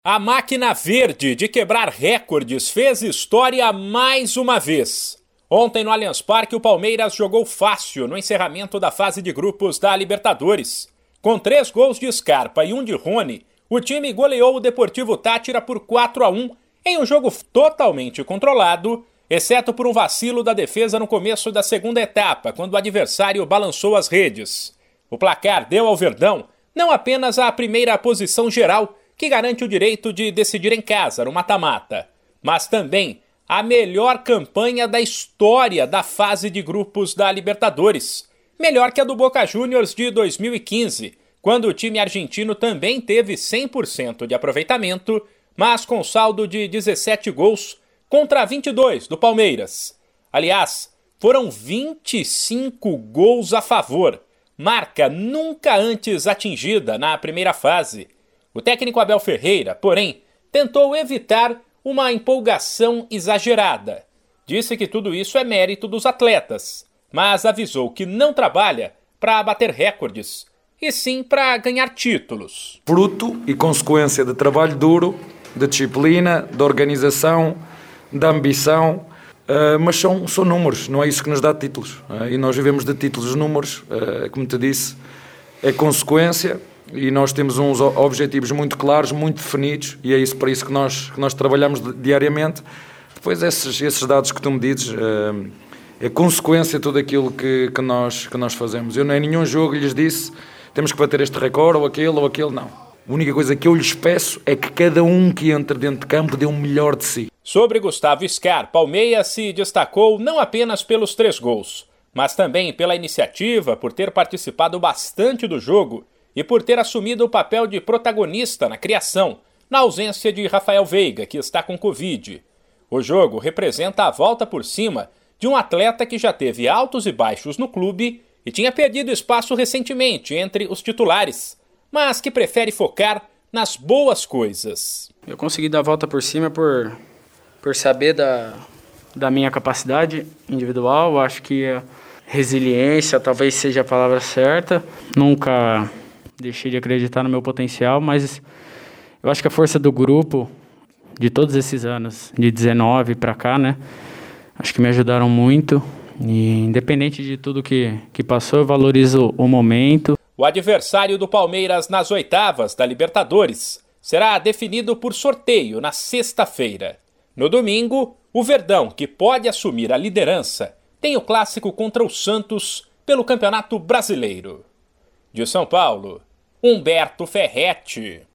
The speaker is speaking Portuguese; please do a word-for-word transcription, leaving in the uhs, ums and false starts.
A máquina verde de quebrar recordes fez história mais uma vez. Ontem no Allianz Parque o Palmeiras jogou fácil no encerramento da fase de grupos da Libertadores. Com três gols de Scarpa e um de Rony, o time goleou o Deportivo Táchira por quatro a um em um jogo totalmente controlado, exceto por um vacilo da defesa no começo da segunda etapa, quando o adversário balançou as redes. O placar deu ao Verdão não apenas a primeira posição geral, que garante o direito de decidir em casa no mata-mata, mas também a melhor campanha da história da fase de grupos da Libertadores, melhor que a do Boca Juniors de dois mil e quinze, quando o time argentino também teve cem por cento de aproveitamento, mas com saldo de dezessete gols contra vinte e dois do Palmeiras. Aliás, foram vinte e cinco gols a favor, marca nunca antes atingida na primeira fase. O técnico Abel Ferreira, porém, tentou evitar uma empolgação exagerada. Disse que tudo isso é mérito dos atletas, mas avisou que não trabalha para bater recordes, e sim para ganhar títulos. Fruto e consequência de trabalho duro, de disciplina, de organização, de ambição, uh, mas são, são números, não é isso que nos dá títulos. Uh, e nós vivemos de títulos, números, uh, como te disse, é consequência. E nós temos uns objetivos muito claros, muito definidos, e é isso para isso que nós, que nós trabalhamos diariamente. Depois esses, esses dados que tu me dizes, é, é consequência de tudo aquilo que, que, nós, que nós fazemos. Eu em nenhum jogo lhes disse, temos que bater este recorde, ou aquele, ou aquele, não. A única coisa que eu lhes peço é que cada um que entre dentro de campo dê o melhor de si. Sobre Gustavo Scarpa, o meia se destacou não apenas pelos três gols, mas também pela iniciativa, por ter participado bastante do jogo, e por ter assumido o papel de protagonista na criação, na ausência de Rafael Veiga, que está com Covid. O jogo representa a volta por cima de um atleta que já teve altos e baixos no clube e tinha perdido espaço recentemente entre os titulares, mas que prefere focar nas boas coisas. Eu consegui dar a volta por cima por, por saber da, da minha capacidade individual. Eu acho que a resiliência talvez seja a palavra certa. Nunca deixei de acreditar no meu potencial, mas eu acho que a força do grupo, de todos esses anos, de dezenove para cá, né, acho que me ajudaram muito. E independente de tudo que, que passou, eu valorizo o momento. O adversário do Palmeiras nas oitavas da Libertadores será definido por sorteio na sexta-feira. No domingo, o Verdão, que pode assumir a liderança, tem o clássico contra o Santos pelo Campeonato Brasileiro. De São Paulo, Humberto Ferretti.